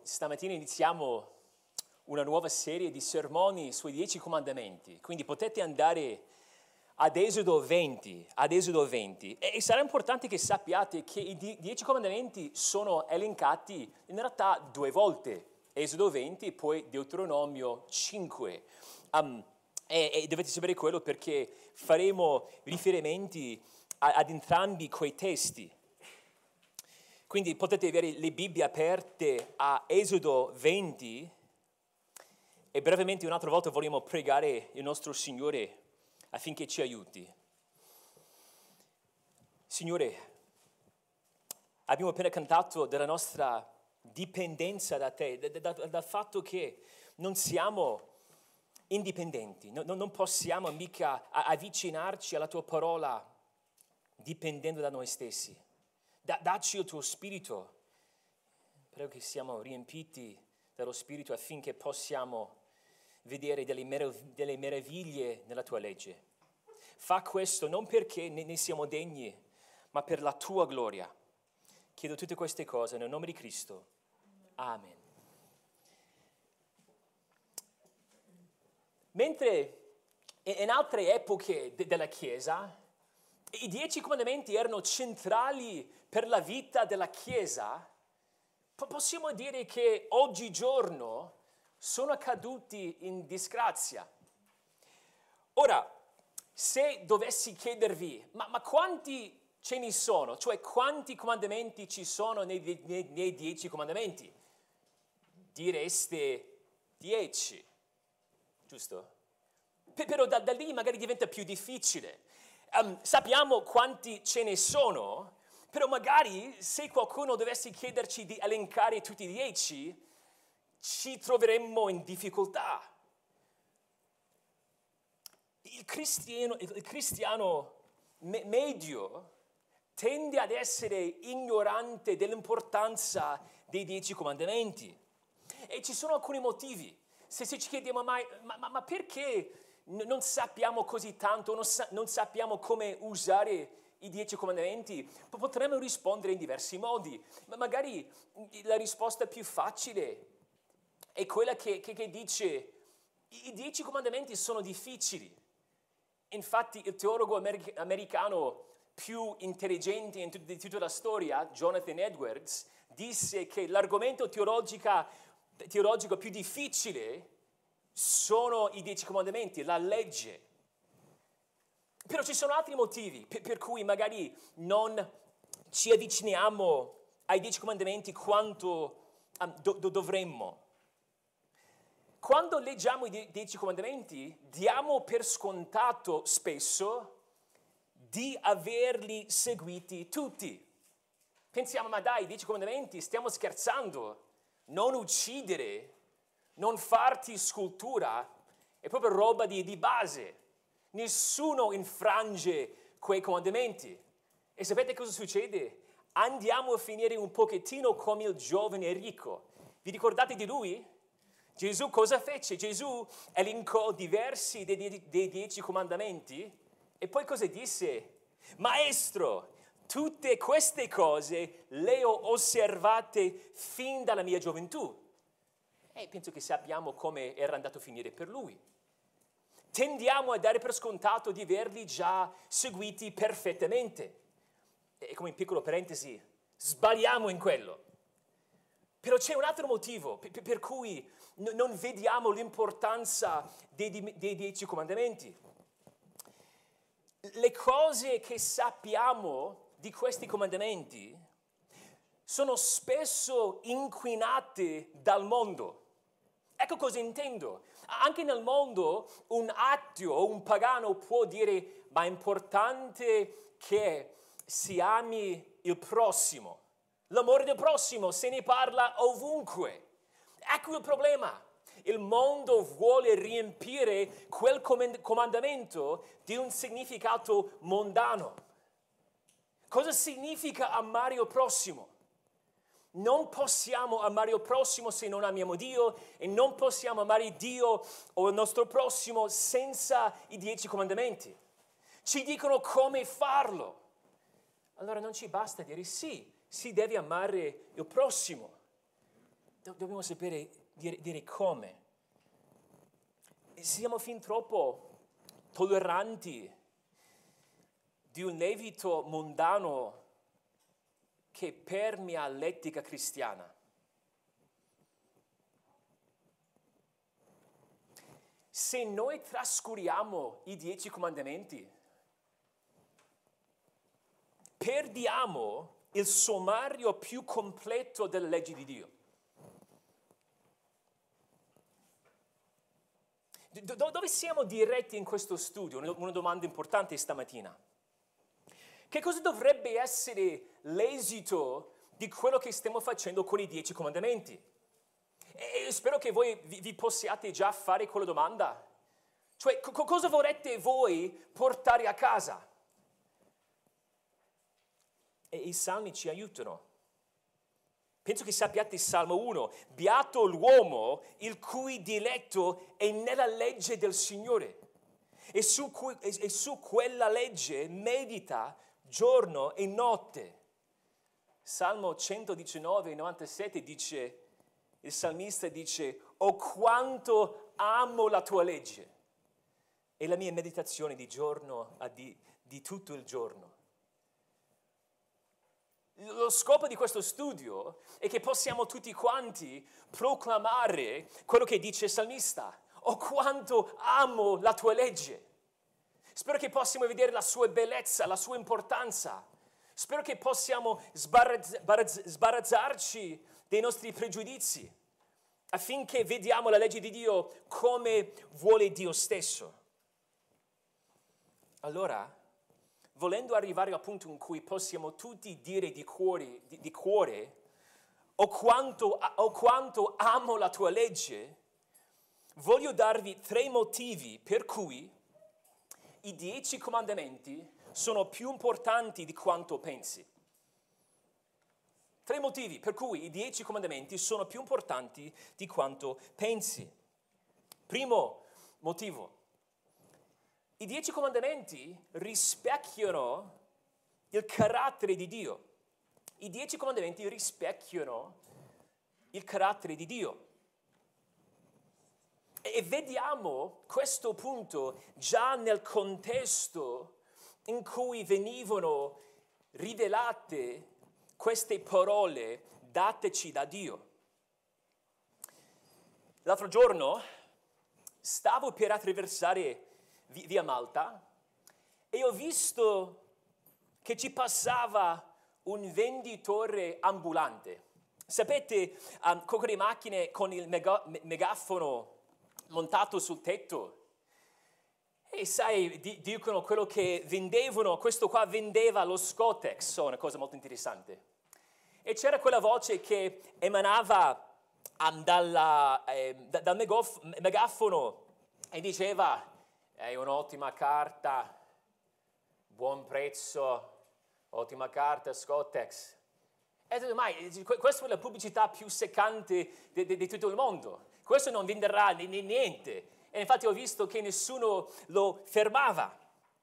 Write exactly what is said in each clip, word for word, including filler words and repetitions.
stamattina iniziamo una nuova serie di sermoni sui dieci comandamenti, quindi potete andare ad Esodo venti, ad Esodo venti, e sarà importante che sappiate che i dieci comandamenti sono elencati in realtà due volte, Esodo venti e poi Deuteronomio cinque. Um, e, e dovete sapere quello perché faremo riferimenti a, ad entrambi quei testi. Quindi potete avere le Bibbie aperte a Esodo venti e brevemente un'altra volta vogliamo pregare il nostro Signore affinché ci aiuti. Signore, abbiamo appena cantato della nostra dipendenza da te, da, da, dal fatto che non siamo indipendenti, no, non possiamo mica avvicinarci alla tua parola dipendendo da noi stessi. Da, dacci il tuo spirito, prego che siamo riempiti dallo spirito affinché possiamo vedere delle, merav- delle meraviglie nella tua legge. Fa questo non perché ne, ne siamo degni, ma per la tua gloria. Chiedo tutte queste cose nel nome di Cristo. Amen. Mentre in altre epoche de- della Chiesa i dieci comandamenti erano centrali per la vita della Chiesa, possiamo dire che oggigiorno sono caduti in disgrazia. Ora, se dovessi chiedervi, ma, ma quanti ce ne sono? Cioè, quanti comandamenti ci sono nei, nei, nei dieci comandamenti? Direste dieci, giusto? P- però da, da lì magari diventa più difficile. Um, sappiamo quanti ce ne sono, però magari se qualcuno dovesse chiederci di elencare tutti i dieci, ci troveremmo in difficoltà. Il cristiano, il cristiano me- medio tende ad essere ignorante dell'importanza dei dieci comandamenti. E ci sono alcuni motivi. Se, se ci chiediamo mai, ma, ma, ma perché n- non sappiamo così tanto, non, sa- non sappiamo come usare i dieci comandamenti, potremmo rispondere in diversi modi. Ma magari la risposta più facile è quella che, che, che dice i dieci comandamenti sono difficili. Infatti il teologo americ- americano più intelligente in tut- di tutta la storia, Jonathan Edwards, disse che l'argomento teologica, teologico più difficile sono i dieci comandamenti, la legge. Però ci sono altri motivi per, per cui magari non ci avviciniamo ai dieci comandamenti quanto um, do, do, dovremmo. Quando leggiamo i dieci comandamenti, diamo per scontato spesso di averli seguiti tutti. Pensiamo, ma dai, i dieci comandamenti, stiamo scherzando. Non uccidere, non farti scultura, è proprio roba di, di base. Nessuno infrange quei comandamenti. E sapete cosa succede? Andiamo a finire un pochettino come il giovane ricco. Vi ricordate di lui? Gesù cosa fece? Gesù elencò diversi dei, dei, dei dieci comandamenti e poi cosa disse? Maestro, tutte queste cose le ho osservate fin dalla mia gioventù. E penso che sappiamo come era andato a finire per lui. Tendiamo a dare per scontato di averli già seguiti perfettamente. E come in piccolo parentesi, sbagliamo in quello. Però c'è un altro motivo per, per cui n- non vediamo l'importanza dei, dei dieci comandamenti. Le cose che sappiamo di questi comandamenti sono spesso inquinate dal mondo. Ecco cosa intendo. Anche nel mondo un ateo o un pagano può dire ma è importante che si ami il prossimo. L'amore del prossimo se ne parla ovunque. Ecco il problema. Il mondo vuole riempire quel comandamento di un significato mondano. Cosa significa amare il prossimo? Non possiamo amare il prossimo se non amiamo Dio e non possiamo amare Dio o il nostro prossimo senza i dieci comandamenti. Ci dicono come farlo. Allora non ci basta dire sì, si deve amare il prossimo. dobbiamo sapere dire, dire come. Siamo fin troppo tolleranti di un lievito mondano che permea l'etica cristiana. Se noi trascuriamo i dieci comandamenti, perdiamo il sommario più completo delle leggi di Dio. Do- dove siamo diretti in questo studio? Una domanda importante stamattina. Che cosa dovrebbe essere l'esito di quello che stiamo facendo con i dieci comandamenti? E spero che voi vi, vi possiate già fare quella domanda. Cioè, co- cosa vorrete voi portare a casa? E i salmi ci aiutano. Penso che sappiate il Salmo uno. Beato l'uomo il cui diletto è nella legge del Signore. E su, cui, e su quella legge medita giorno e notte. Salmo centodiciannove, novantasette dice, il salmista dice, oh quanto amo la tua legge. E la mia meditazione di giorno a di, di tutto il giorno. Lo scopo di questo studio è che possiamo tutti quanti proclamare quello che dice il salmista. Oh quanto amo la tua legge. Spero che possiamo vedere la sua bellezza, la sua importanza. Spero che possiamo sbarazz- barazz- sbarazzarci dei nostri pregiudizi affinché vediamo la legge di Dio come vuole Dio stesso. Allora, volendo arrivare al punto in cui possiamo tutti dire di cuore, di, di cuore oh, quanto, oh quanto amo la tua legge, voglio darvi tre motivi per cui i dieci comandamenti sono più importanti di quanto pensi. Tre motivi per cui i dieci comandamenti sono più importanti di quanto pensi. Primo motivo. I dieci comandamenti rispecchiano il carattere di Dio. I dieci comandamenti rispecchiano il carattere di Dio. E vediamo questo punto già nel contesto in cui venivano rivelate queste parole dateci da Dio. L'altro giorno stavo per attraversare via Malta e ho visto che ci passava un venditore ambulante. Sapete, um, con quelle macchine con il mega, megafono montato sul tetto? E sai, di, dicono quello che vendevano, questo qua vendeva lo Scotex, so, una cosa molto interessante. E c'era quella voce che emanava um, dalla, eh, da, dal megof- megafono e diceva è un'ottima carta, buon prezzo, ottima carta Scotex. E ho detto, ma questa è la pubblicità più seccante di, di, di tutto il mondo. Questo non venderà niente. E infatti ho visto che nessuno lo fermava.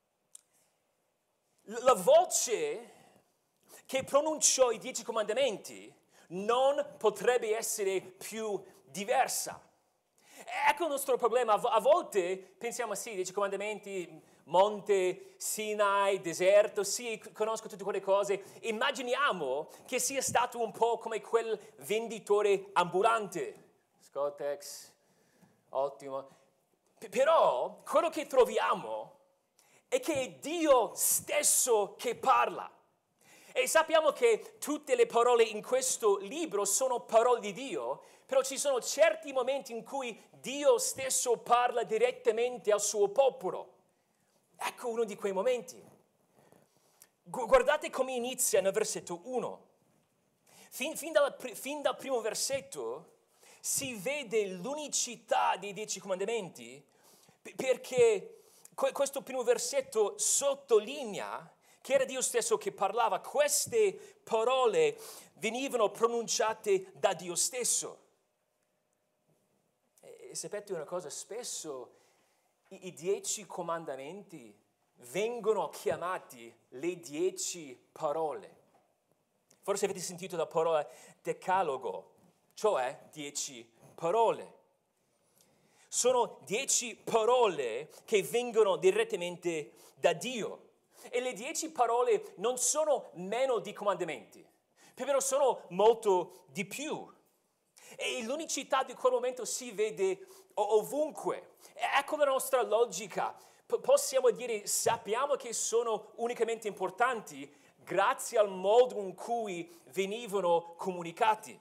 La voce che pronunciò i dieci comandamenti non potrebbe essere più diversa. Ecco il nostro problema. A volte pensiamo, sì, dieci comandamenti, monte, Sinai, deserto, sì, conosco tutte quelle cose. Immaginiamo che sia stato un po' come quel venditore ambulante. Scotex, ottimo. Però quello che troviamo è che è Dio stesso che parla. E sappiamo che tutte le parole in questo libro sono parole di Dio, però ci sono certi momenti in cui Dio stesso parla direttamente al suo popolo. Ecco uno di quei momenti. Guardate come inizia nel versetto uno. Fin, fin, dalla, fin dal primo versetto si vede l'unicità dei dieci comandamenti, perché questo primo versetto sottolinea che era Dio stesso che parlava. Queste parole venivano pronunciate da Dio stesso. E sapete una cosa? Spesso i, i dieci comandamenti vengono chiamati le dieci parole. Forse avete sentito la parola decalogo. cioè dieci parole. Sono dieci parole che vengono direttamente da Dio. E le dieci parole non sono meno di comandamenti, però sono molto di più. E l'unicità di quel momento si vede ovunque. Ecco la nostra logica. P- possiamo dire, sappiamo che sono unicamente importanti grazie al modo in cui venivano comunicati.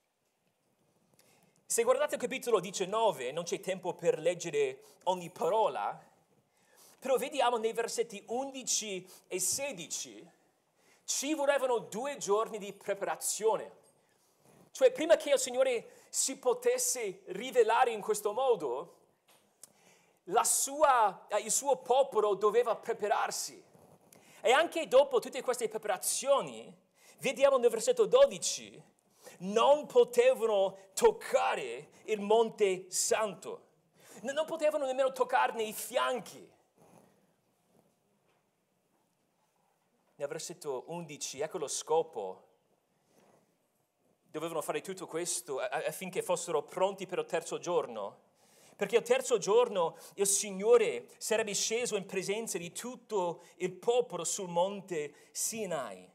Se guardate il capitolo diciannove, non c'è tempo per leggere ogni parola, però vediamo nei versetti undici e sedici, ci volevano due giorni di preparazione. Cioè, prima che il Signore si potesse rivelare in questo modo, la sua, il suo popolo doveva prepararsi. E anche dopo tutte queste preparazioni, vediamo nel versetto dodici, non potevano toccare il Monte Santo. Non potevano nemmeno toccarne i fianchi. Nel versetto undici, ecco lo scopo. Dovevano fare tutto questo affinché fossero pronti per il terzo giorno. Perché il terzo giorno il Signore sarebbe sceso in presenza di tutto il popolo sul monte Sinai.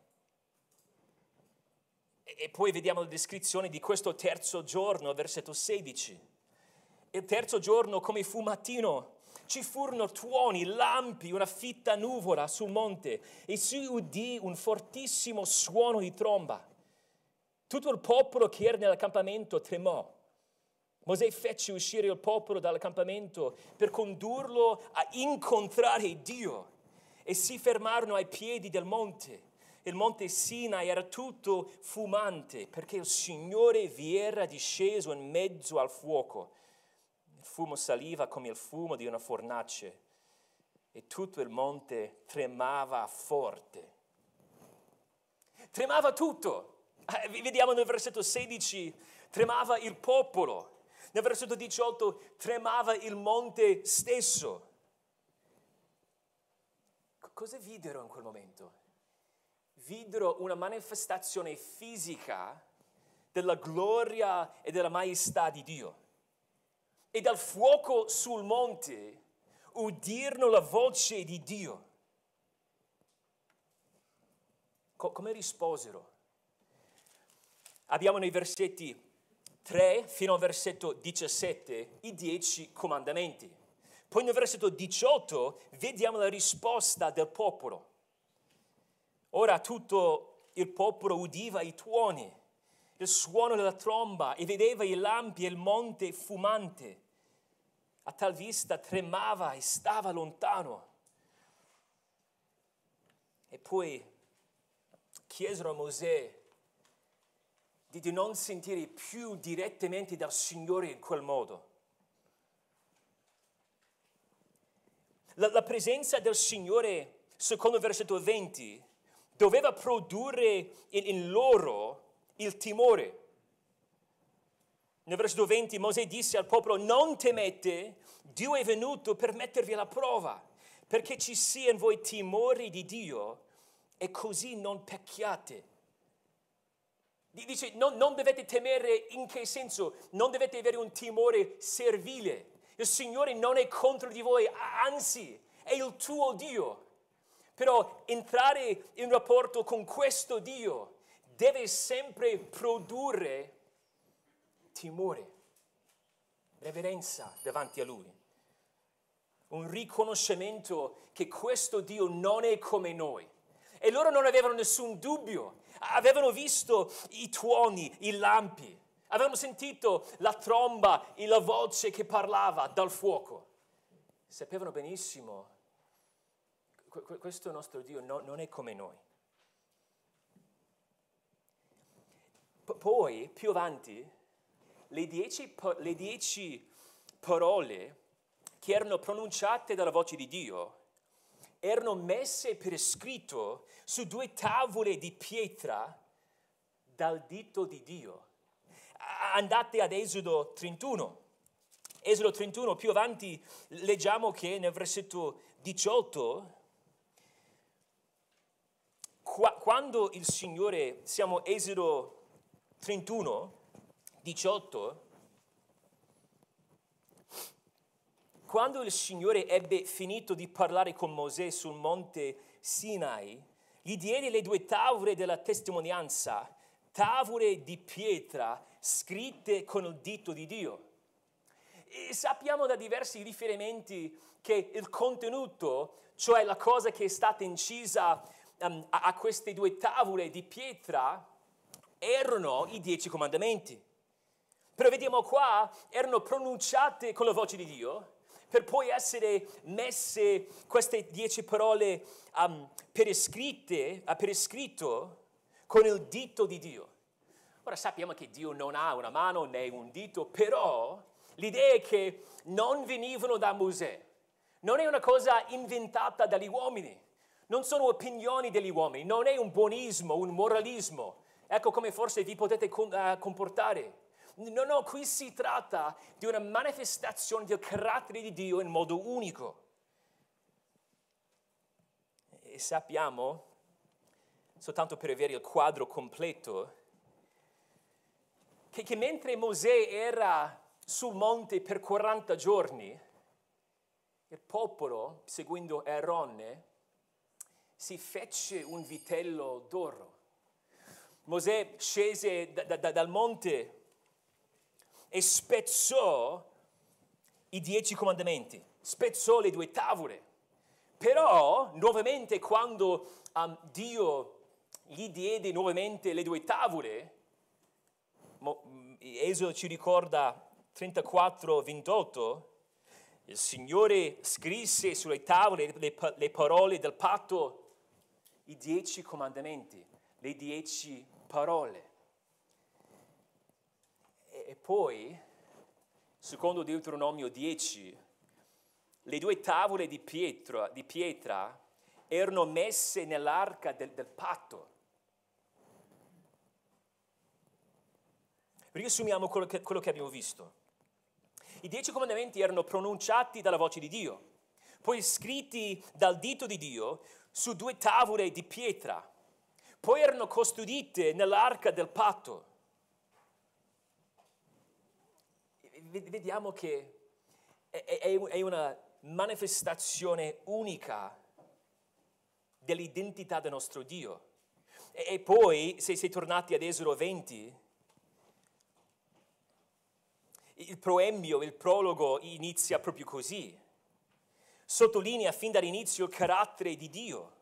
E poi vediamo la descrizione di questo terzo giorno, versetto sedici. Il terzo giorno, come fu mattino, ci furono tuoni, lampi, una fitta nuvola sul monte e si udì un fortissimo suono di tromba. Tutto il popolo che era nell'accampamento tremò. Mosè fece uscire il popolo dall'accampamento per condurlo a incontrare Dio e si fermarono ai piedi del monte. Il monte Sinai era tutto fumante perché il Signore vi era disceso in mezzo al fuoco. Il fumo saliva come il fumo di una fornace e tutto il monte tremava forte. Tremava tutto. Vediamo nel versetto sedici, tremava il popolo. Nel versetto diciotto, tremava il monte stesso. Cosa videro in quel momento? Videro una manifestazione fisica della gloria e della maestà di Dio. E dal fuoco sul monte udirono la voce di Dio. Co- come risposero? Abbiamo nei versetti tre fino al versetto diciassette i dieci comandamenti. Poi nel versetto diciotto vediamo la risposta del popolo. Ora tutto il popolo udiva i tuoni, il suono della tromba e vedeva i lampi e il monte fumante. A tal vista tremava e stava lontano. E poi chiesero a Mosè di, di non sentire più direttamente dal Signore in quel modo. La, la presenza del Signore, secondo il versetto venti, doveva produrre in, in loro il timore. Nel versetto venti Mosè disse al popolo: non temete, Dio è venuto per mettervi alla prova, perché ci sia in voi timore di Dio e così non pecchiate. Dice, non, non dovete temere in che senso? Non dovete avere un timore servile. Il Signore non è contro di voi, anzi, è il tuo Dio. Però entrare in rapporto con questo Dio deve sempre produrre timore, reverenza davanti a Lui. Un riconoscimento che questo Dio non è come noi. E loro non avevano nessun dubbio. Avevano visto i tuoni, i lampi. Avevano sentito la tromba e la voce che parlava dal fuoco. Sapevano benissimo, questo nostro Dio no, non è come noi. P- poi, più avanti, le dieci, le dieci parole che erano pronunciate dalla voce di Dio erano messe per iscritto su due tavole di pietra dal dito di Dio. Andate ad Esodo trentuno. Esodo trentuno, più avanti leggiamo che nel versetto diciotto, quando il Signore, siamo Esodo trentuno, diciotto, quando il Signore ebbe finito di parlare con Mosè sul monte Sinai, gli diede le due tavole della testimonianza, tavole di pietra scritte con il dito di Dio. E sappiamo da diversi riferimenti che il contenuto, cioè la cosa che è stata incisa um, a, a queste due tavole di pietra, erano i dieci comandamenti. Però vediamo qua, erano pronunciate con la voce di Dio, per poi essere messe queste dieci parole um, per, iscritte, uh, per iscritto con il dito di Dio. Ora sappiamo che Dio non ha una mano né un dito, però l'idea è che non venivano da Mosè. Non è una cosa inventata dagli uomini. Non sono opinioni degli uomini. Non è un buonismo, un moralismo. Ecco come forse vi potete comportare. No, no, qui si tratta di una manifestazione del carattere di Dio in modo unico. E sappiamo, soltanto per avere il quadro completo, che, che mentre Mosè era sul monte per quaranta giorni, il popolo, seguendo Aarone, si fece un vitello d'oro. Mosè scese da, da, dal monte e spezzò i dieci comandamenti, spezzò le due tavole. Però, nuovamente, quando um, Dio gli diede nuovamente le due tavole, mo, Esodo ci ricorda trentaquattro ventotto, il Signore scrisse sulle tavole le, le parole del patto, i dieci comandamenti, le dieci parole. E poi, secondo Deuteronomio dieci, le due tavole di pietra, di pietra erano messe nell'arca del, del patto. Riassumiamo quello che, quello che abbiamo visto. I dieci comandamenti erano pronunciati dalla voce di Dio, poi scritti dal dito di Dio su due tavole di pietra, poi erano custodite nell'arca del patto. Vediamo che è una manifestazione unica dell'identità del nostro Dio. E poi, se sei tornati ad Esodo venti, il proembio, il prologo inizia proprio così. Sottolinea fin dall'inizio il carattere di Dio.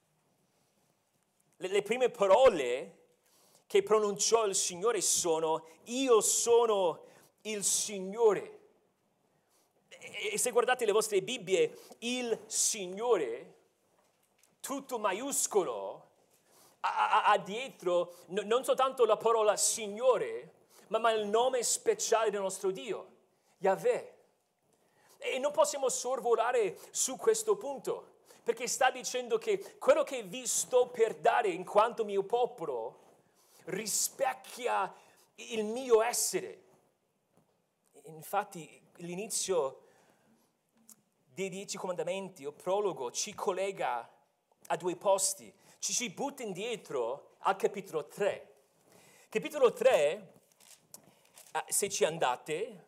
Le, le prime parole che pronunciò il Signore sono: io sono il Signore. E se guardate le vostre Bibbie, il Signore, tutto maiuscolo, ha, ha dietro no, non soltanto la parola Signore, ma, ma il nome speciale del nostro Dio, Yahweh. E non possiamo sorvolare su questo punto, perché sta dicendo che quello che vi sto per dare in quanto mio popolo rispecchia il mio essere. Infatti l'inizio dei dieci comandamenti, o prologo, ci collega a due posti, ci ci butta indietro al capitolo tre. Capitolo tre, se ci andate,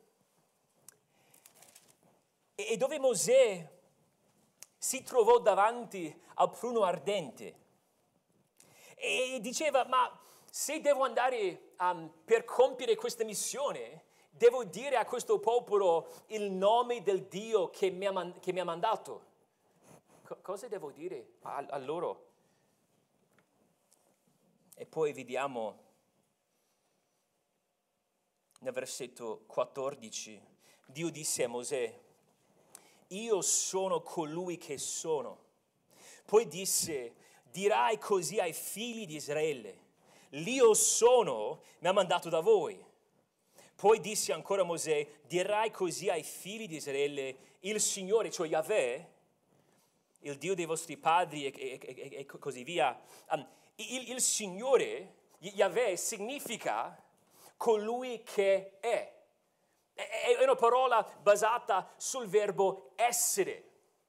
è dove Mosè si trovò davanti al pruno ardente e diceva: ma se devo andare um, per compiere questa missione, devo dire a questo popolo il nome del Dio che mi ha, man- che mi ha mandato. Co- cosa devo dire a, a loro? E poi vediamo nel versetto quattordici, Dio disse a Mosè: io sono colui che sono. Poi disse: dirai così ai figli di Israele: l'Io sono mi ha mandato da voi. Poi disse ancora a Mosè: dirai così ai figli di Israele: il Signore, cioè Yahweh, il Dio dei vostri padri, e, e, e, e così via. Um, il, il Signore, Yahweh, significa colui che è. È una parola basata sul verbo essere.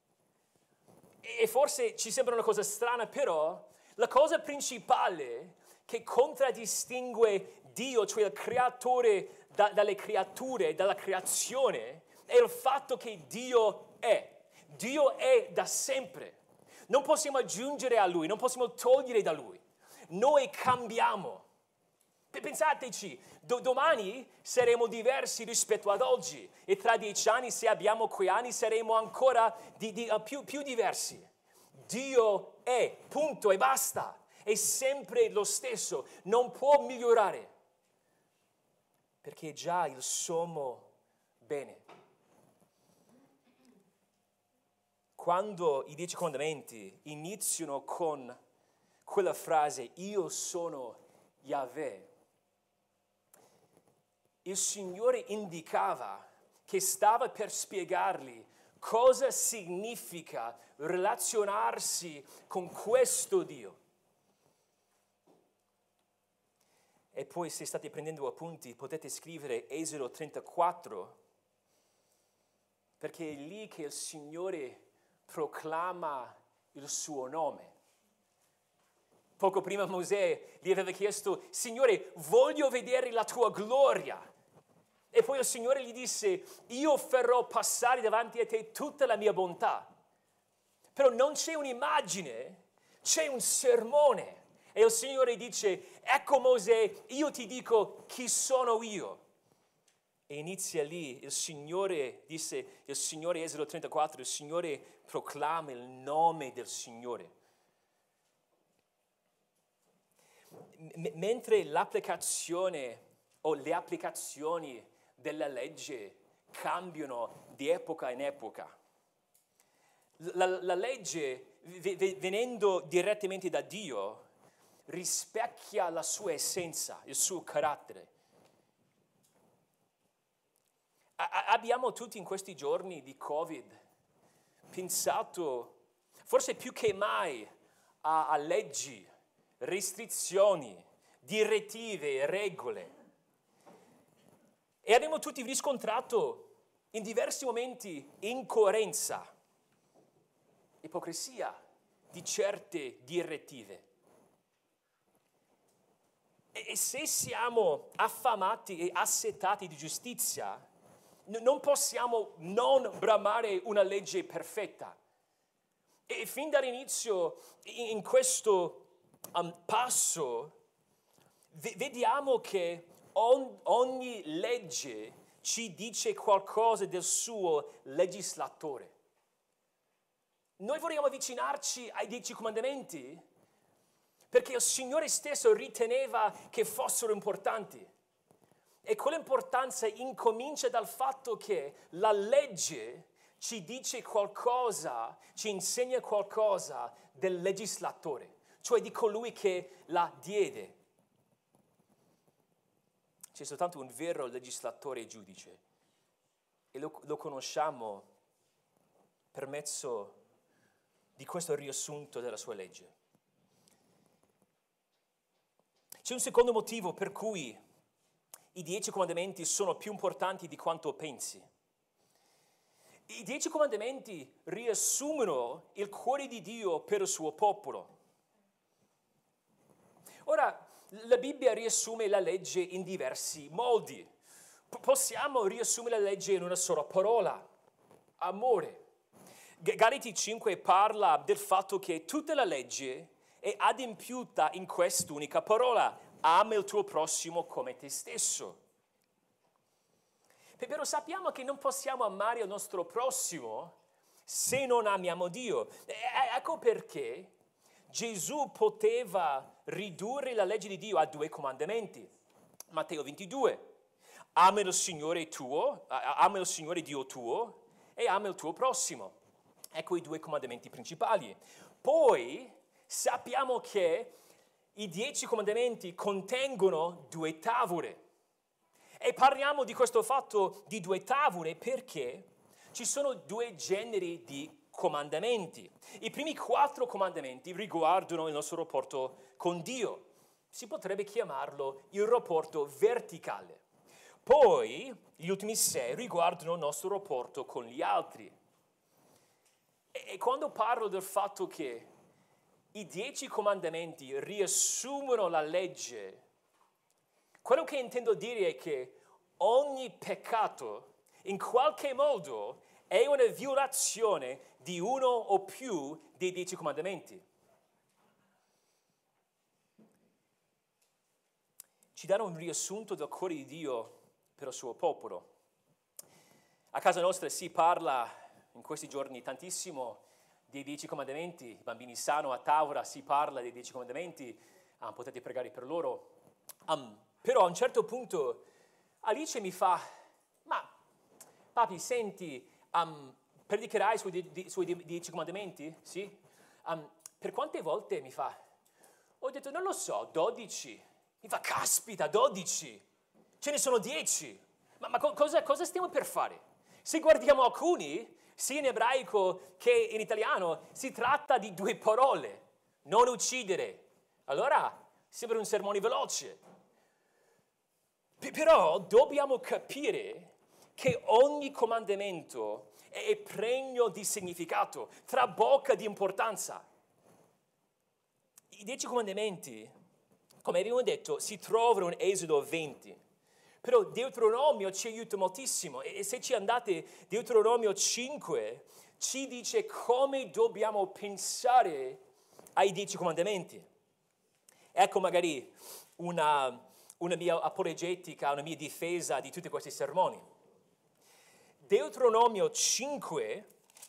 E forse ci sembra una cosa strana, però la cosa principale che contraddistingue Dio, cioè il creatore da, dalle creature, dalla creazione, è il fatto che Dio è. Dio è da sempre. Non possiamo aggiungere a Lui, non possiamo togliere da Lui. Noi cambiamo. Pensateci, do, domani saremo diversi rispetto ad oggi e tra dieci anni, se abbiamo quei anni, saremo ancora di, di, uh, più, più diversi. Dio è, punto e basta. È sempre lo stesso, non può migliorare, perché è già il sommo bene. Quando i Dieci Comandamenti iniziano con quella frase, io sono Yahweh, il Signore indicava che stava per spiegargli cosa significa relazionarsi con questo Dio. E poi, se state prendendo appunti, potete scrivere Esodo trentaquattro, perché è lì che il Signore proclama il suo nome. Poco prima Mosè gli aveva chiesto, Signore, voglio vedere la tua gloria. E poi il Signore gli disse, io farò passare davanti a te tutta la mia bontà. Però non c'è un'immagine, c'è un sermone. E il Signore dice, ecco Mosè, io ti dico chi sono io. E inizia lì, il Signore, disse, il Signore, Esodo trentaquattro, il Signore proclama il nome del Signore. M- mentre l'applicazione o le applicazioni della legge cambiano di epoca in epoca, la, la legge, v- v- venendo direttamente da Dio, rispecchia la sua essenza, il suo carattere. A- abbiamo tutti in questi giorni di Covid pensato, forse più che mai, a, a leggi, restrizioni, direttive, regole. E abbiamo tutti riscontrato in diversi momenti incoerenza, ipocrisia di certe direttive. E se siamo affamati e assetati di giustizia, non possiamo non bramare una legge perfetta. E fin dall'inizio, in questo um, passo, vediamo che on, ogni legge ci dice qualcosa del suo legislatore. Noi vogliamo avvicinarci ai Dieci Comandamenti perché il Signore stesso riteneva che fossero importanti. E quell'importanza incomincia dal fatto che la legge ci dice qualcosa, ci insegna qualcosa del legislatore, cioè di colui che la diede. C'è soltanto un vero legislatore e giudice e lo, lo conosciamo per mezzo di questo riassunto della sua legge. C'è un secondo motivo per cui i Dieci Comandamenti sono più importanti di quanto pensi. I Dieci Comandamenti riassumono il cuore di Dio per il suo popolo. Ora, la Bibbia riassume la legge in diversi modi. P- possiamo riassumere la legge in una sola parola: amore. G- Galati cinque parla del fatto che tutta la legge è adempiuta in quest'unica parola: ama il tuo prossimo come te stesso. Però sappiamo che non possiamo amare il nostro prossimo se non amiamo Dio. E- ecco perché Gesù poteva ridurre la legge di Dio a due comandamenti. Matteo ventidue, ama il Signore tuo, ama il Signore Dio tuo e ama il tuo prossimo. Ecco i due comandamenti principali. Poi sappiamo che i Dieci Comandamenti contengono due tavole. E parliamo di questo fatto di due tavole perché ci sono due generi di comandamenti. I primi quattro comandamenti riguardano il nostro rapporto con Dio. Si potrebbe chiamarlo il rapporto verticale. Poi gli ultimi sei riguardano il nostro rapporto con gli altri. E, e quando parlo del fatto che i Dieci Comandamenti riassumono la legge Quello che intendo dire è che ogni peccato in qualche modo è una violazione di uno o più dei dieci comandamenti. Ci danno un riassunto del cuore di Dio per il suo popolo. A casa nostra si parla in questi giorni tantissimo dei dieci comandamenti, i bambini sanno a tavola, si parla dei dieci comandamenti, um, potete pregare per loro. Um, però a un certo punto Alice mi fa, ma papi, senti, um, predicherai sui, di, di, sui dieci comandamenti? Sì? Um, per quante volte? Mi fa? Ho detto, non lo so, dodici. Mi fa, caspita, dodici. Ce ne sono dieci. Ma, ma co- cosa, cosa stiamo per fare? Se guardiamo alcuni, sia in ebraico che in italiano, si tratta di due parole. Non uccidere. Allora, sembra un sermone veloce. P- però dobbiamo capire che ogni comandamento è pregno di significato, trabocca di importanza. I dieci comandamenti, come abbiamo detto, si trovano in Esodo venti. Però Deuteronomio ci aiuta moltissimo e se ci andate, Deuteronomio cinque ci dice come dobbiamo pensare ai dieci comandamenti. Ecco magari una, una mia apologetica, una mia difesa di tutti questi sermoni. Deuteronomio cinque,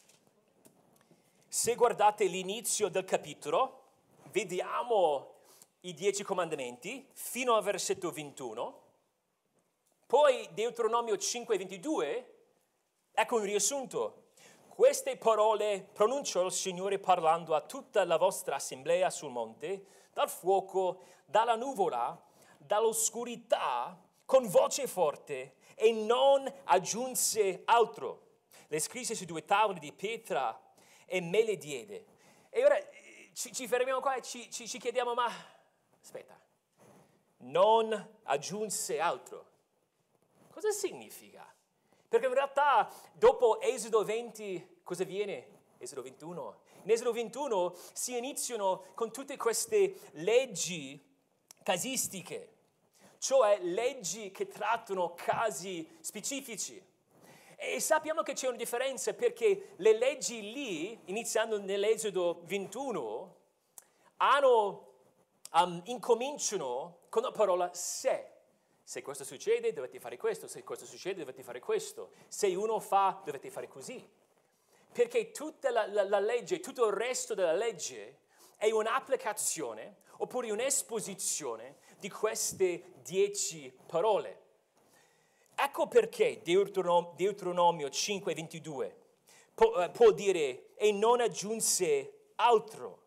se guardate l'inizio del capitolo, vediamo i dieci comandamenti fino al versetto ventuno. Poi Deuteronomio cinque ventidue, ecco un riassunto. Queste parole pronunciò il Signore parlando a tutta la vostra assemblea sul monte, dal fuoco, dalla nuvola, dall'oscurità, con voce forte, e non aggiunse altro. Le scrisse su due tavole di pietra e me le diede. E ora ci, ci fermiamo qua e ci, ci, ci chiediamo, ma aspetta, non aggiunse altro. Cosa significa? Perché in realtà dopo Esodo venti, cosa viene? Esodo ventuno. In Esodo ventuno si iniziano con tutte queste leggi casistiche, cioè leggi che trattano casi specifici. E sappiamo che c'è una differenza perché le leggi lì, iniziando nell'Esodo ventuno, hanno, um, incominciano con la parola se. Se questo succede, dovete fare questo. Se questo succede, dovete fare questo. Se uno fa, dovete fare così. Perché tutta la, la, la legge, tutto il resto della legge è un'applicazione oppure un'esposizione di queste dieci parole. Ecco perché Deuteronomio, Deuteronomio cinque ventidue può, eh, può dire e non aggiunse altro.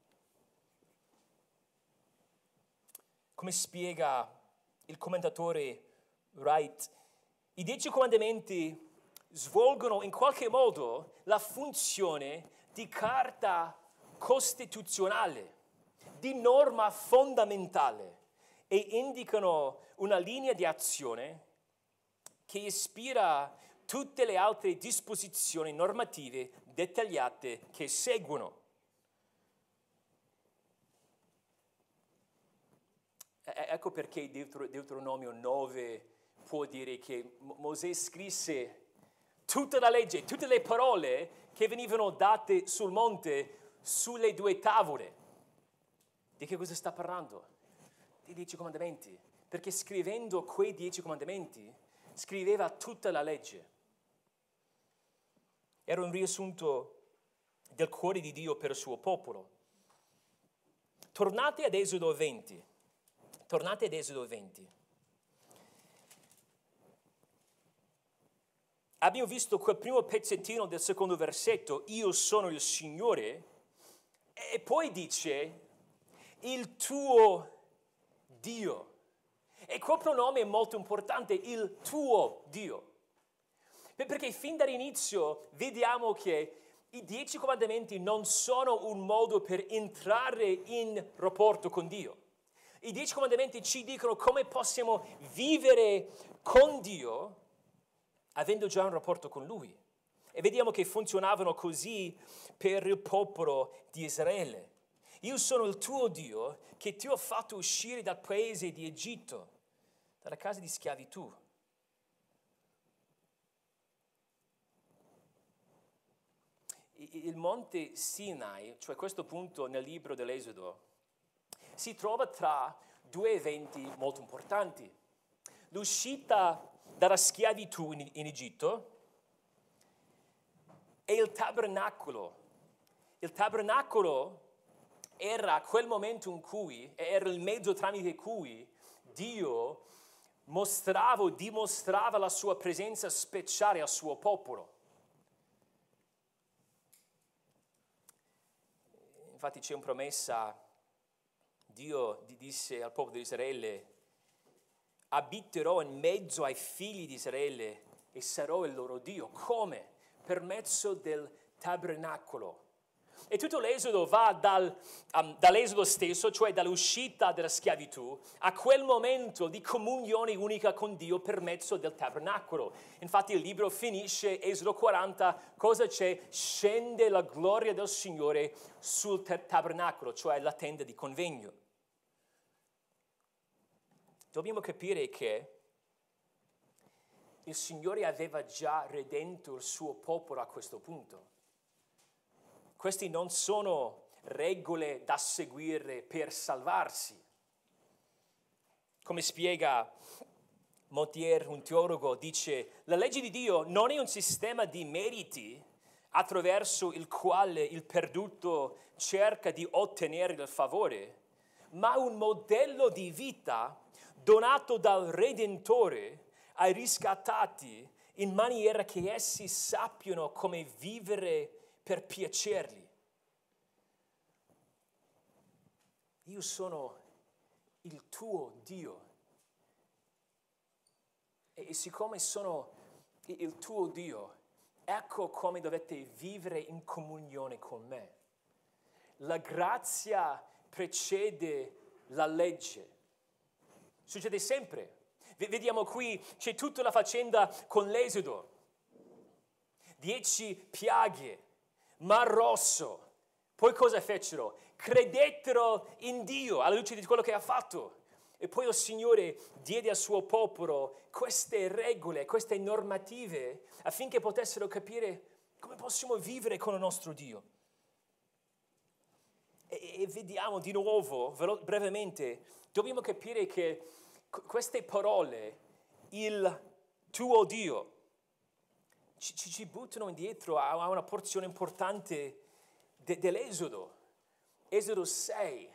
Come spiega il commentatore Wright, i dieci comandamenti svolgono in qualche modo la funzione di carta costituzionale, di norma fondamentale e indicano una linea di azione che ispira tutte le altre disposizioni normative dettagliate che seguono. Ecco perché Deuteronomio nove può dire che Mosè scrisse tutta la legge, tutte le parole che venivano date sul monte sulle due tavole. Di che cosa sta parlando? Dei dieci comandamenti. Perché scrivendo quei dieci comandamenti scriveva tutta la legge. Era un riassunto del cuore di Dio per il suo popolo. Tornate ad Esodo venti. Tornate ad Esodo venti. Abbiamo visto quel primo pezzettino del secondo versetto, io sono il Signore, e poi dice, il tuo Dio. E quel pronome è molto importante, il tuo Dio. Perché fin dall'inizio vediamo che i dieci comandamenti non sono un modo per entrare in rapporto con Dio. I dieci comandamenti ci dicono come possiamo vivere con Dio avendo già un rapporto con Lui. E vediamo che funzionavano così per il popolo di Israele. Io sono il tuo Dio che ti ho fatto uscire dal paese di Egitto. dalla casa di schiavitù. Il monte Sinai, cioè questo punto nel libro dell'Esodo, si trova tra due eventi molto importanti. L'uscita dalla schiavitù in, in Egitto e il tabernacolo. Il tabernacolo era quel momento in cui, era il mezzo tramite cui Dio mostrava o dimostrava la sua presenza speciale al suo popolo. Infatti c'è una promessa, Dio disse al popolo di Israele: abiterò in mezzo ai figli di Israele e sarò il loro Dio. Come? Per mezzo del tabernacolo. E tutto l'Esodo va dal, um, dall'Esodo stesso, cioè dall'uscita dalla schiavitù, a quel momento di comunione unica con Dio per mezzo del tabernacolo. Infatti il libro finisce, Esodo quaranta, cosa c'è? Scende la gloria del Signore sul tabernacolo, cioè la tenda di convegno. Dobbiamo capire che il Signore aveva già redento il suo popolo a questo punto. Questi non sono regole da seguire per salvarsi. Come spiega Montier, un teologo, dice: la legge di Dio non è un sistema di meriti attraverso il quale il perduto cerca di ottenere il favore, ma un modello di vita donato dal Redentore ai riscattati in maniera che essi sappiano come vivere per piacergli. Io sono il tuo Dio. E siccome sono il tuo Dio, ecco come dovete vivere in comunione con me. La grazia precede la legge. Succede sempre. Vediamo qui, c'è tutta la faccenda con l'Esodo. Dieci piaghe. Mar Rosso. Poi cosa fecero? Credettero in Dio alla luce di quello che ha fatto. E poi il Signore diede al suo popolo queste regole, queste normative affinché potessero capire come possiamo vivere con il nostro Dio. E, e vediamo di nuovo, brevemente, dobbiamo capire che queste parole, il tuo Dio, Ci, ci, ci buttano indietro a, a una porzione importante de, dell'Esodo. Esodo sei.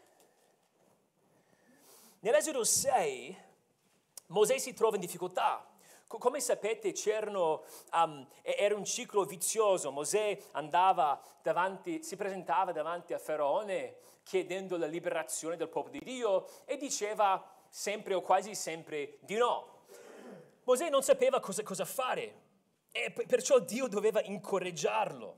Nell'Esodo sei Mosè si trova in difficoltà. C- come sapete c'erano, um, era un ciclo vizioso. Mosè andava davanti, si presentava davanti a Faraone chiedendo la liberazione del popolo di Dio e diceva sempre o quasi sempre di no. Mosè non sapeva cosa, cosa fare. E perciò Dio doveva incoraggiarlo.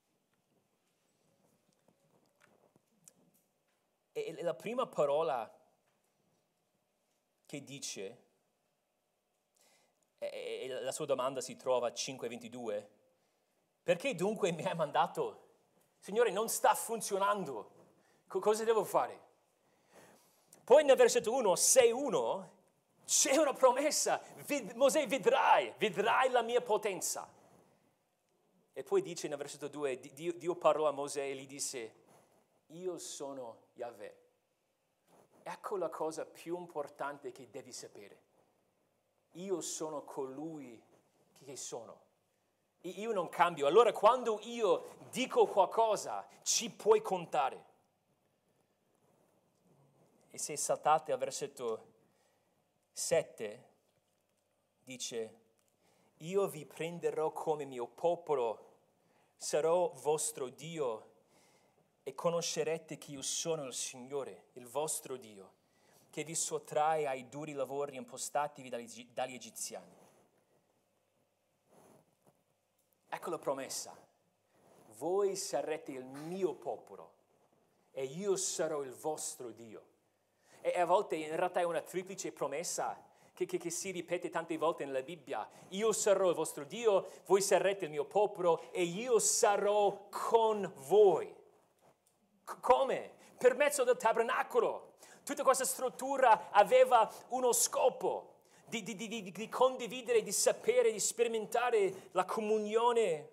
E la prima parola che dice, e la sua domanda si trova a cinque ventidue, perché dunque mi hai mandato? Signore, non sta funzionando. Cosa devo fare? Poi nel versetto uno, sei uno, c'è una promessa, Mosè vedrai, vedrai la mia potenza. E poi dice nel versetto due, Dio, Dio parlò a Mosè e gli disse, io sono Yahweh. Ecco la cosa più importante che devi sapere. Io sono colui che sono. Io non cambio. Allora quando io dico qualcosa, ci puoi contare. E se saltate al versetto sette, dice, io vi prenderò come mio popolo, sarò vostro Dio e conoscerete che io sono il Signore, il vostro Dio, che vi sottrae ai duri lavori impostatevi dagli, dagli egiziani. Ecco la promessa. Voi sarete il mio popolo e io sarò il vostro Dio. E a volte in realtà è una triplice promessa che, che, che si ripete tante volte nella Bibbia. Io sarò il vostro Dio, voi sarete il mio popolo e io sarò con voi. C- come? Per mezzo del tabernacolo. Tutta questa struttura aveva uno scopo. di, di, di, di, di condividere, di sapere, di sperimentare la comunione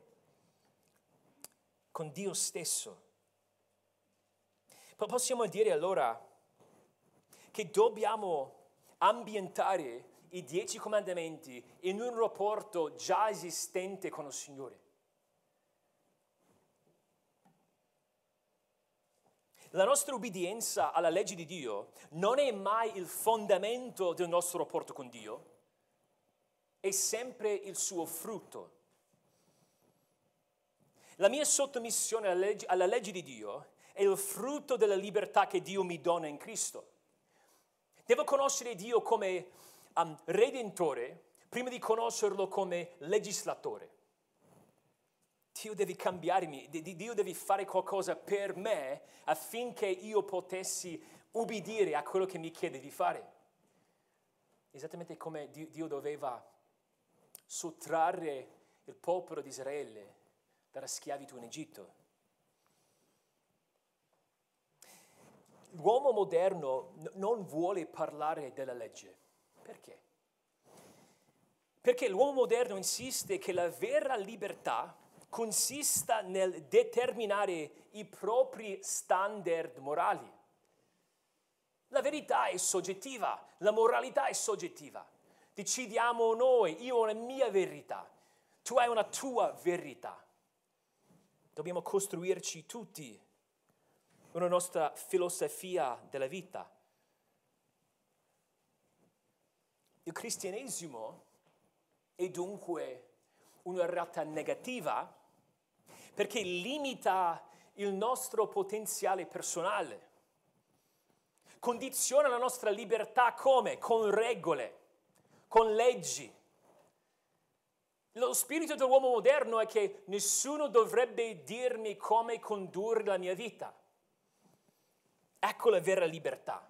con Dio stesso. Possiamo dire allora che dobbiamo ambientare i dieci comandamenti in un rapporto già esistente con il Signore. La nostra obbedienza alla legge di Dio non è mai il fondamento del nostro rapporto con Dio, è sempre il suo frutto. La mia sottomissione alla legge, alla legge di Dio è il frutto della libertà che Dio mi dona in Cristo. Devo conoscere Dio come um, Redentore prima di conoscerlo come legislatore. Dio deve cambiarmi, Dio deve fare qualcosa per me affinché io potessi ubbidire a quello che mi chiede di fare. Esattamente come Dio doveva sottrarre il popolo di Israele dalla schiavitù in Egitto. L'uomo moderno non vuole parlare della legge. Perché? Perché l'uomo moderno insiste che la vera libertà consista nel determinare i propri standard morali. La verità è soggettiva, la moralità è soggettiva. Decidiamo noi, io ho una mia verità, tu hai una tua verità. Dobbiamo costruirci tutti una nostra filosofia della vita. Il cristianesimo è dunque una realtà negativa perché limita il nostro potenziale personale, condiziona la nostra libertà come? Con regole, con leggi. Lo spirito dell'uomo moderno è che nessuno dovrebbe dirmi come condurre la mia vita. Ecco la vera libertà.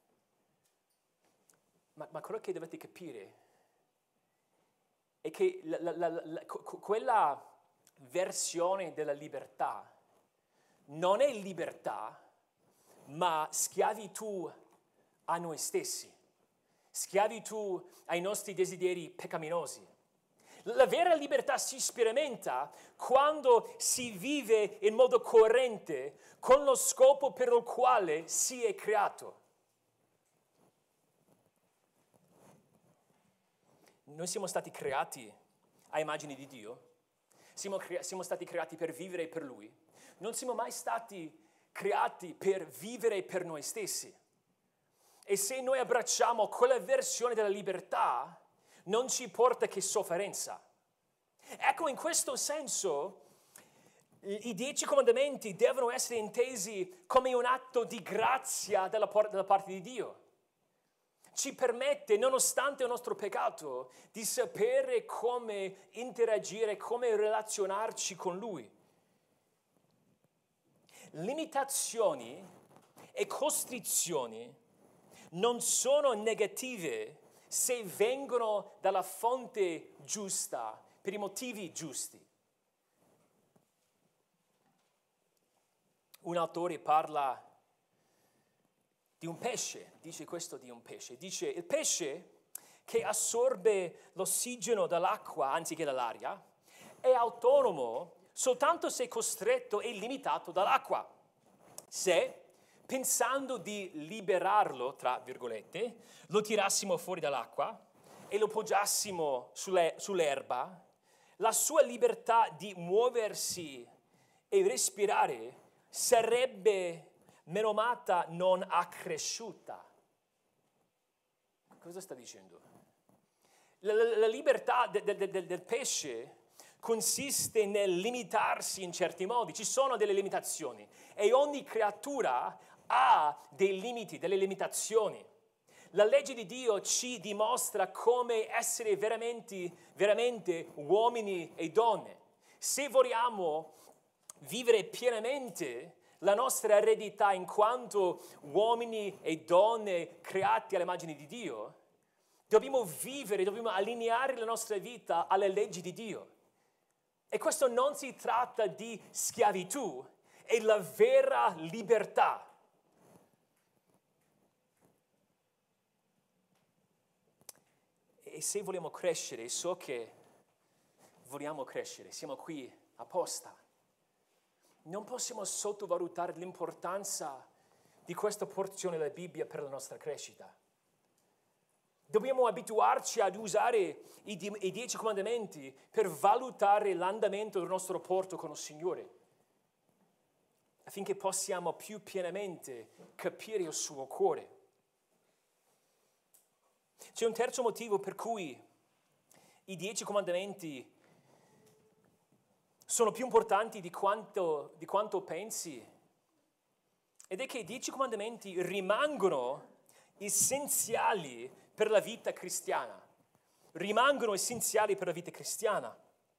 Ma, ma quello che dovete capire è che la, la, la, la, quella versione della libertà non è libertà, ma schiavitù a noi stessi, schiavitù ai nostri desideri peccaminosi. La vera libertà si sperimenta quando si vive in modo coerente con lo scopo per il quale si è creato. Noi siamo stati creati a immagine di Dio, siamo, cre- siamo stati creati per vivere per Lui, non siamo mai stati creati per vivere per noi stessi. E se noi abbracciamo quella versione della libertà, non ci porta che sofferenza. Ecco, in questo senso, i dieci comandamenti devono essere intesi come un atto di grazia dalla, por- dalla parte di Dio. Ci permette, nonostante il nostro peccato, di sapere come interagire, come relazionarci con Lui. Limitazioni e costrizioni non sono negative se vengono dalla fonte giusta, per i motivi giusti. Un autore parla di un pesce, dice questo di un pesce, dice il pesce che assorbe l'ossigeno dall'acqua anziché dall'aria è autonomo soltanto se costretto e limitato dall'acqua. Se, pensando di liberarlo, tra virgolette, lo tirassimo fuori dall'acqua e lo poggiassimo sulle, sull'erba, la sua libertà di muoversi e respirare sarebbe menomata non accresciuta. Cosa sta dicendo? La, la, la libertà de, de, de, del pesce consiste nel limitarsi in certi modi. Ci sono delle limitazioni e ogni creatura ha dei limiti, delle limitazioni. La legge di Dio ci dimostra come essere veramente, veramente uomini e donne. Se vogliamo vivere pienamente la nostra eredità in quanto uomini e donne creati all'immagine di Dio, dobbiamo vivere, dobbiamo allineare la nostra vita alle leggi di Dio. E questo non si tratta di schiavitù, è la vera libertà. se vogliamo crescere, so che vogliamo crescere, siamo qui apposta. Non possiamo sottovalutare l'importanza di questa porzione della Bibbia per la nostra crescita. Dobbiamo abituarci ad usare i, di- i dieci comandamenti per valutare l'andamento del nostro rapporto con il Signore, affinché possiamo più pienamente capire il suo cuore. C'è un terzo motivo per cui i dieci comandamenti sono più importanti di quanto, di quanto pensi, ed è che i dieci comandamenti rimangono essenziali per la vita cristiana. Rimangono essenziali per la vita cristiana.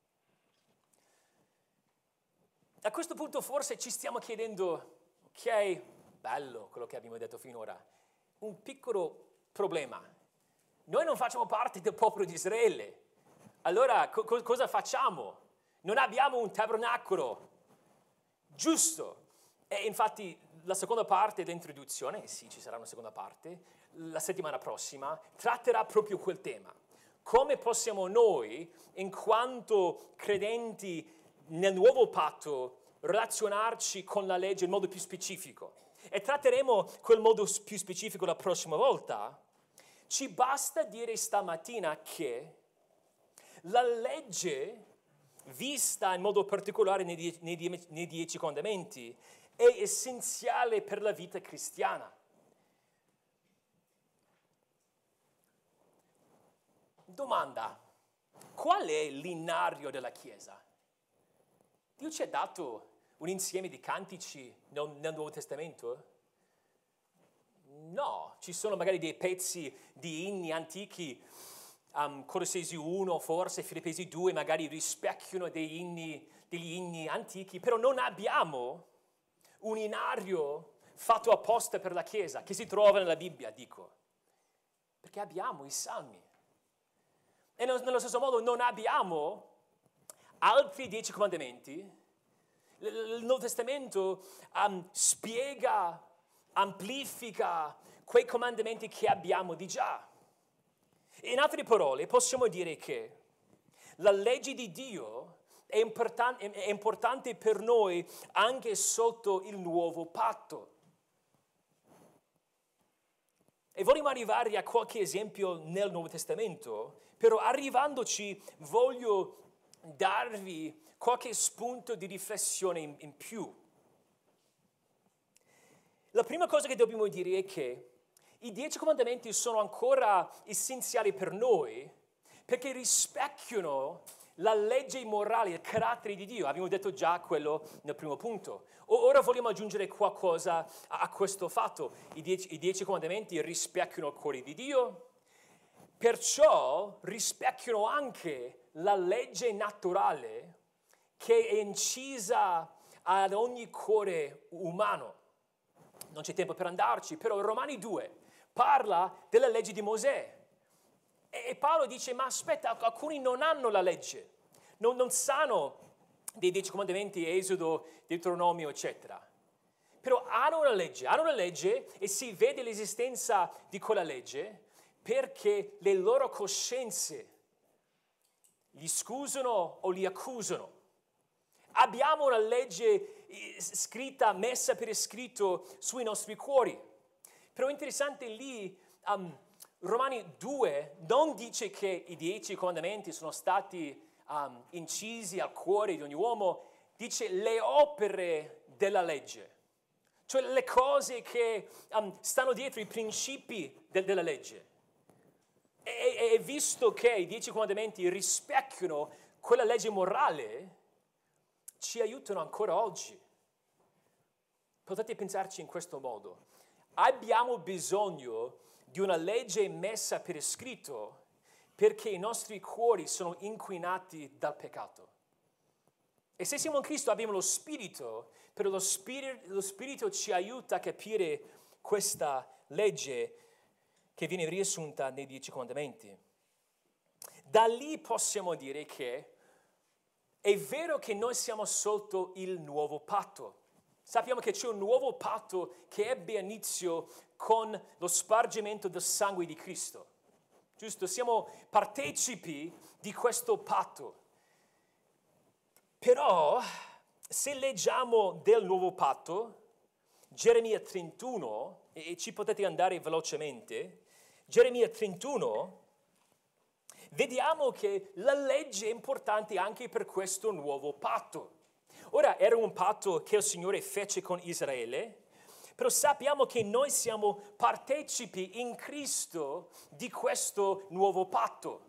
A questo punto forse ci stiamo chiedendo, ok, bello quello che abbiamo detto finora, un piccolo problema. Noi non facciamo parte del popolo di Israele. Allora co- cosa facciamo? Non abbiamo un tabernacolo, giusto? E infatti la seconda parte dell'introduzione, sì, ci sarà una seconda parte, la settimana prossima, tratterà proprio quel tema. Come possiamo noi, in quanto credenti nel nuovo patto, relazionarci con la legge in modo più specifico? E tratteremo quel modo più specifico la prossima volta. Ci basta dire stamattina che la legge, vista in modo particolare nei dieci, nei die- nei dieci comandamenti, è essenziale per la vita cristiana. Domanda: qual è l'inario della Chiesa? Dio ci ha dato un insieme di cantici nel, nel Nuovo Testamento? No, ci sono magari dei pezzi di inni antichi, um, Colossesi uno, forse Filippesi due, magari rispecchiano dei inni, degli inni antichi, però non abbiamo un inario fatto apposta per la Chiesa, che si trova nella Bibbia, dico, perché abbiamo i Salmi. E nello stesso modo non abbiamo altri dieci comandamenti. Il Nuovo Testamento um, spiega, amplifica quei comandamenti che abbiamo di già. In altre parole, possiamo dire che la legge di Dio è, importan- è importante per noi anche sotto il nuovo patto. E vogliamo arrivare a qualche esempio nel Nuovo Testamento, però arrivandoci voglio darvi qualche spunto di riflessione in, in più. La prima cosa che dobbiamo dire è che i dieci comandamenti sono ancora essenziali per noi perché rispecchiano la legge morale, il carattere di Dio. Abbiamo detto già quello nel primo punto. Ora vogliamo aggiungere qualcosa a questo fatto. I dieci, i dieci comandamenti rispecchiano il cuore di Dio, perciò rispecchiano anche la legge naturale che è incisa ad ogni cuore umano. Non c'è tempo per andarci, però Romani due parla della legge di Mosè. E Paolo dice, ma aspetta, alcuni non hanno la legge, non, non sanno dei dieci comandamenti, Esodo, Deuteronomio, eccetera. Però hanno una legge, hanno una legge e si vede l'esistenza di quella legge perché le loro coscienze li scusano o li accusano. Abbiamo una legge scritta, messa per iscritto sui nostri cuori. Però è interessante lì, um, Romani due non dice che i dieci comandamenti sono stati um, incisi al cuore di ogni uomo, dice le opere della legge, cioè le cose che um, stanno dietro i principi de- della legge. E, e visto che i dieci comandamenti rispecchiano quella legge morale, ci aiutano ancora oggi. Potete pensarci in questo modo. Abbiamo bisogno di una legge messa per iscritto perché i nostri cuori sono inquinati dal peccato. E se siamo in Cristo abbiamo lo Spirito, però lo Spirito, lo Spirito ci aiuta a capire questa legge che viene riassunta nei Dieci Comandamenti. Da lì possiamo dire che è vero che noi siamo sotto il nuovo patto. Sappiamo che c'è un nuovo patto che ebbe inizio con lo spargimento del sangue di Cristo. giusto? Siamo partecipi di questo patto. Però, se leggiamo del nuovo patto, Geremia trentuno, e ci potete andare velocemente, Geremia trentuno, vediamo che la legge è importante anche per questo nuovo patto. Ora, era un patto che il Signore fece con Israele, però sappiamo che noi siamo partecipi in Cristo di questo nuovo patto.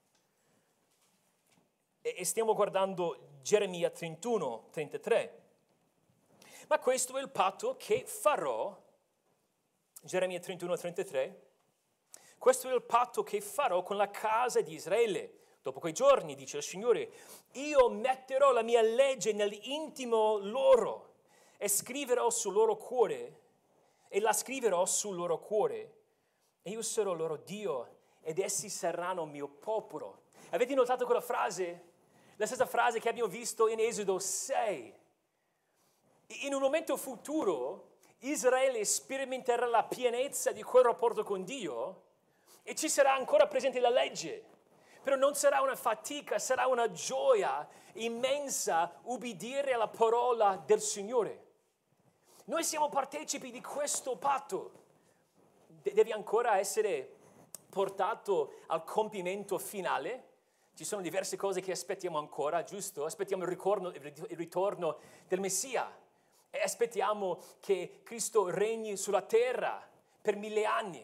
E stiamo guardando Geremia trentuno, trentatré. Ma questo è il patto che farò, Geremia trentuno, trentatré, questo è il patto che farò con la casa di Israele. Dopo quei giorni, dice il Signore, io metterò la mia legge nell'intimo loro e scriverò sul loro cuore, e la scriverò sul loro cuore, e io sarò loro Dio, ed essi saranno mio popolo. Avete notato quella frase? La stessa frase che abbiamo visto in Esodo sei. In un momento futuro, Israele sperimenterà la pienezza di quel rapporto con Dio e ci sarà ancora presente la legge. Però non sarà una fatica, sarà una gioia immensa ubbidire alla parola del Signore. Noi siamo partecipi di questo patto. Deve ancora essere portato al compimento finale. Ci sono diverse cose che aspettiamo ancora, giusto? Aspettiamo il ritorno, il ritorno del Messia e aspettiamo che Cristo regni sulla terra per mille anni.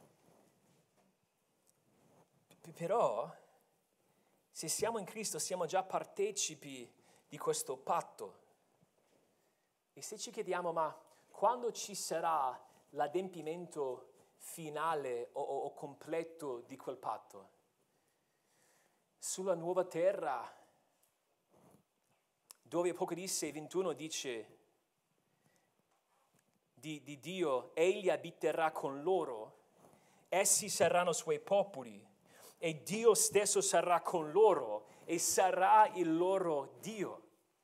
Però, se siamo in Cristo, siamo già partecipi di questo patto. E se ci chiediamo, ma quando ci sarà l'adempimento finale o, o, o completo di quel patto? Sulla nuova terra, dove Apocalisse ventuno dice di, di Dio, egli abiterà con loro, essi saranno suoi popoli, e Dio stesso sarà con loro e sarà il loro Dio.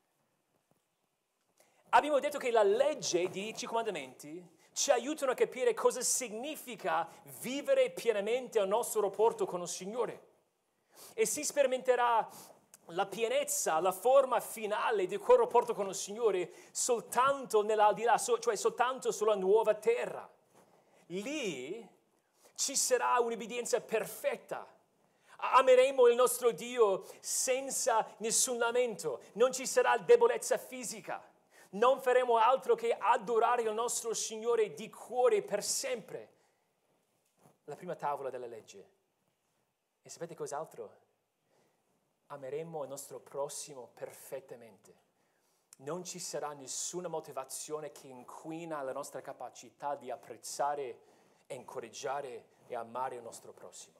Abbiamo detto che la legge dei dieci comandamenti ci aiutano a capire cosa significa vivere pienamente il nostro rapporto con il Signore. E si sperimenterà la pienezza, la forma finale di quel rapporto con il Signore soltanto nell'aldilà, cioè soltanto sulla nuova terra. Lì ci sarà un'obbedienza perfetta. Ameremo il nostro Dio senza nessun lamento, non ci sarà debolezza fisica, non faremo altro che adorare il nostro Signore di cuore per sempre. La prima tavola della legge. E sapete cos'altro? Ameremo il nostro prossimo perfettamente. Non ci sarà nessuna motivazione che inquina la nostra capacità di apprezzare, incoraggiare e amare il nostro prossimo.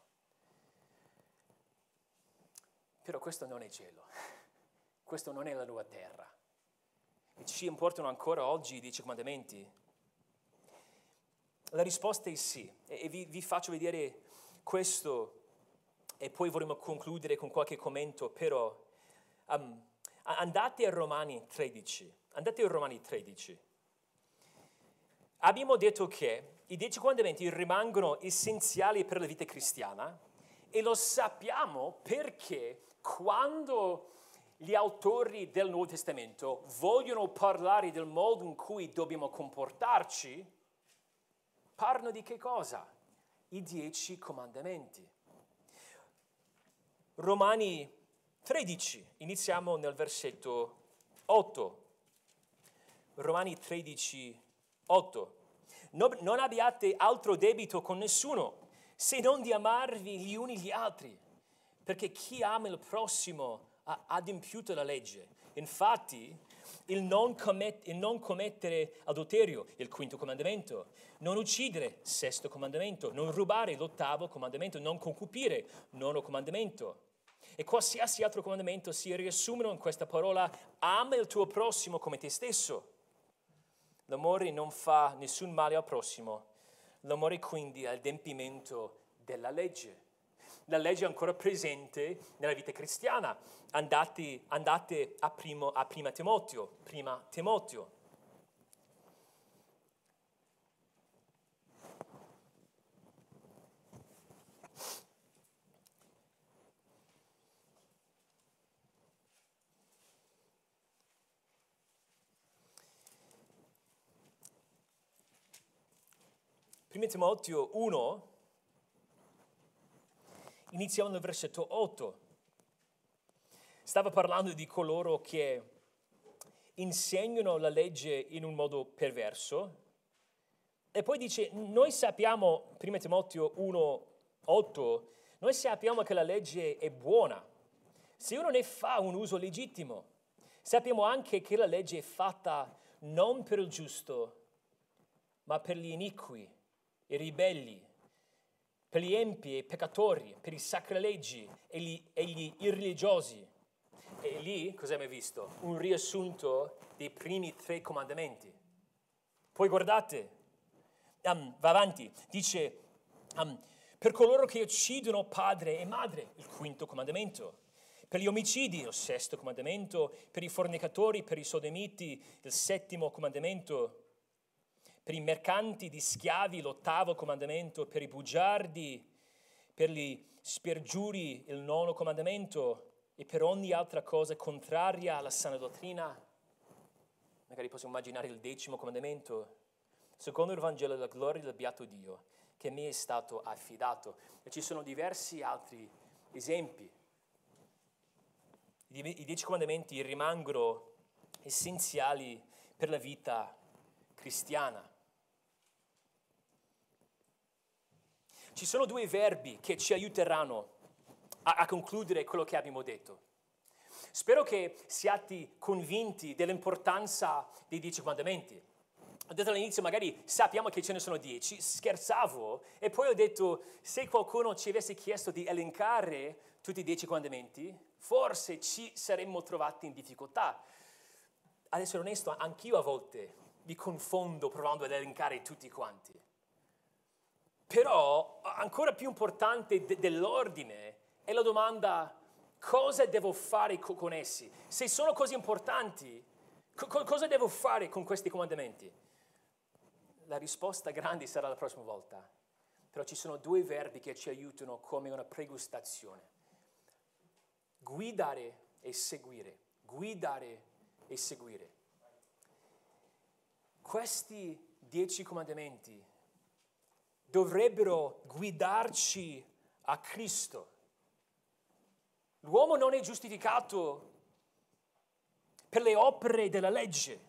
Però questo non è cielo, questo non è la nuova terra. E ci importano ancora oggi i dieci comandamenti? La risposta è sì, e vi, vi faccio vedere questo e poi vorremmo concludere con qualche commento, però um, andate a Romani tredici, andate a Romani tredici. Abbiamo detto che i dieci comandamenti rimangono essenziali per la vita cristiana e lo sappiamo perché quando gli autori del Nuovo Testamento vogliono parlare del modo in cui dobbiamo comportarci, parlano di che cosa? I dieci comandamenti. Romani tredici, iniziamo nel versetto otto. Romani tredici, otto. Non, non abbiate altro debito con nessuno, se non di amarvi gli uni gli altri, perché chi ama il prossimo ha adempiuto la legge. Infatti, il non, commet- il non commettere adulterio, il quinto comandamento, non uccidere, sesto comandamento, non rubare, l'ottavo comandamento, non concupire, nono comandamento. E qualsiasi altro comandamento si riassumono in questa parola: ama il tuo prossimo come te stesso. L'amore non fa nessun male al prossimo, l'amore quindi è l'adempimento della legge. La legge è ancora presente nella vita cristiana. Andate, andate a, primo, a prima Timoteo, prima Timoteo. primo Timoteo uno, iniziamo nel versetto otto. Stava parlando di coloro che insegnano la legge in un modo perverso. E poi dice, noi sappiamo, primo Timoteo uno, otto, noi sappiamo che la legge è buona se uno ne fa un uso legittimo. Sappiamo anche che la legge è fatta non per il giusto, ma per gli iniqui, i ribelli, per gli empi e i peccatori, per i sacrilegi e gli, e gli irreligiosi. E lì, cosa abbiamo visto? Un riassunto dei primi tre comandamenti. Poi guardate, um, va avanti, dice, um, per coloro che uccidono padre e madre, il quinto comandamento. Per gli omicidi, il sesto comandamento. Per i fornicatori, per i sodomiti, il settimo comandamento. Per i mercanti di schiavi, l'ottavo comandamento. Per i bugiardi, per gli spergiuri, il nono comandamento. E per ogni altra cosa contraria alla sana dottrina, magari possiamo immaginare il decimo comandamento, secondo il Vangelo della gloria del beato Dio, che mi è stato affidato. E ci sono diversi altri esempi. I dieci comandamenti rimangono essenziali per la vita cristiana. Ci sono due verbi che ci aiuteranno a, a concludere quello che abbiamo detto. Spero che siate convinti dell'importanza dei dieci comandamenti. Ho detto all'inizio, magari sappiamo che ce ne sono dieci, scherzavo, e poi ho detto, se qualcuno ci avesse chiesto di elencare tutti i dieci comandamenti, forse ci saremmo trovati in difficoltà. Ad essere onesto, anch'io a volte mi confondo provando ad elencare tutti quanti. Però, ancora più importante de- dell'ordine è la domanda, cosa devo fare co- con essi? Se sono così importanti, co- cosa devo fare con questi comandamenti? La risposta grande sarà la prossima volta. Però ci sono due verbi che ci aiutano come una pregustazione. Guidare e seguire. Guidare e seguire. Questi dieci comandamenti dovrebbero guidarci a Cristo. L'uomo non è giustificato per le opere della legge.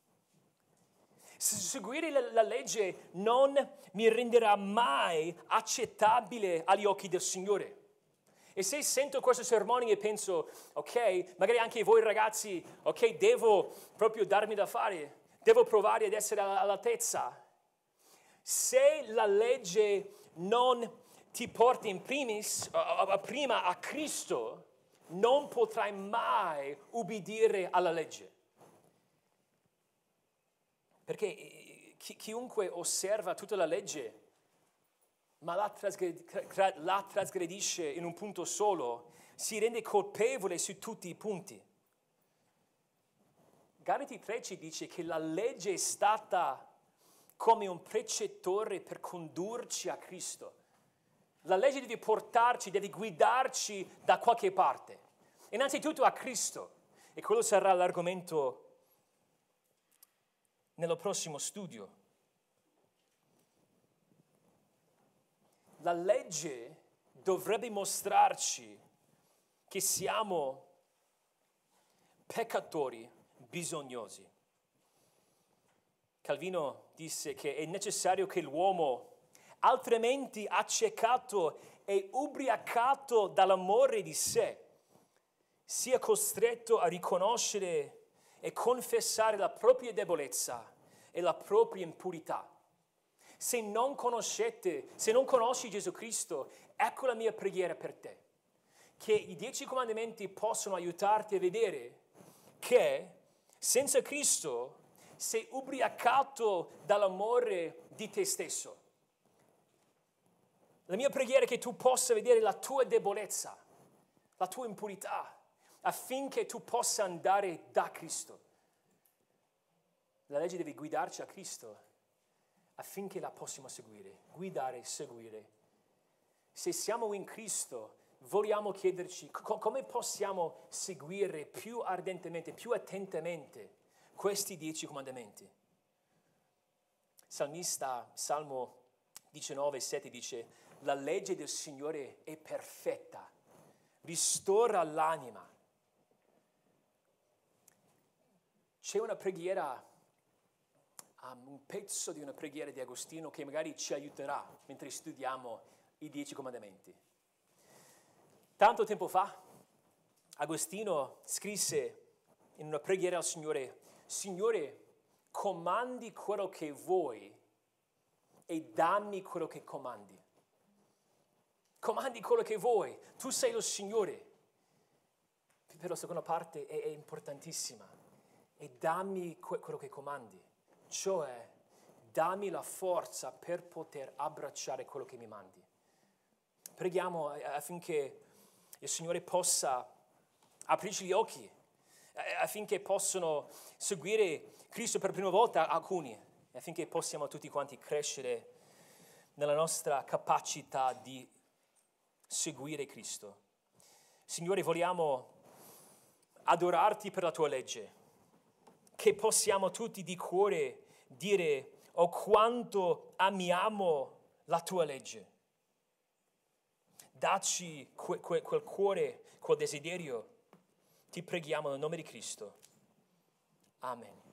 Seguire la, la legge non mi renderà mai accettabile agli occhi del Signore. E se sento questo sermone e penso, ok, magari anche voi ragazzi, ok, devo proprio darmi da fare, devo provare ad essere all'altezza. Se la legge non ti porta in primis, uh, prima a Cristo, non potrai mai ubbidire alla legge. Perché chi, chiunque osserva tutta la legge, ma la, trasgred- la trasgredisce in un punto solo, si rende colpevole su tutti i punti. Galati tre ci dice che la legge è stata come un precettore per condurci a Cristo. La legge deve portarci, deve guidarci da qualche parte. Innanzitutto a Cristo. E quello sarà l'argomento nello prossimo studio. La legge dovrebbe mostrarci che siamo peccatori bisognosi. Calvino disse che è necessario che l'uomo, altrimenti accecato e ubriacato dall'amore di sé, sia costretto a riconoscere e confessare la propria debolezza e la propria impurità. Se non conoscete, se non conosci Gesù Cristo, ecco la mia preghiera per te, che i dieci comandamenti possano aiutarti a vedere che senza Cristo sei ubriacato dall'amore di te stesso. La mia preghiera è che tu possa vedere la tua debolezza, la tua impurità, affinché tu possa andare da Cristo. La legge deve guidarci a Cristo affinché la possiamo seguire, guidare e seguire. Se siamo in Cristo, vogliamo chiederci co- come possiamo seguire più ardentemente, più attentamente questi dieci comandamenti. Salmista, Salmo diciannove sette dice: la legge del Signore è perfetta, ristora l'anima. C'è una preghiera, um, un pezzo di una preghiera di Agostino che magari ci aiuterà mentre studiamo i Dieci Comandamenti. Tanto tempo fa, Agostino scrisse in una preghiera al Signore: Signore, comandi quello che vuoi e dammi quello che comandi. Comandi quello che vuoi, tu sei lo Signore. Però la seconda parte è, è importantissima. E dammi que- quello che comandi. Cioè, dammi la forza per poter abbracciare quello che mi mandi. Preghiamo affinché il Signore possa aprirci gli occhi, affinché possano seguire Cristo per la prima volta alcuni, affinché possiamo tutti quanti crescere nella nostra capacità di seguire Cristo. Signore, vogliamo adorarti per la tua legge, che possiamo tutti di cuore dire: oh, quanto amiamo la tua legge. Dacci que- que- quel cuore, quel desiderio. Ti preghiamo nel nome di Cristo. Amen.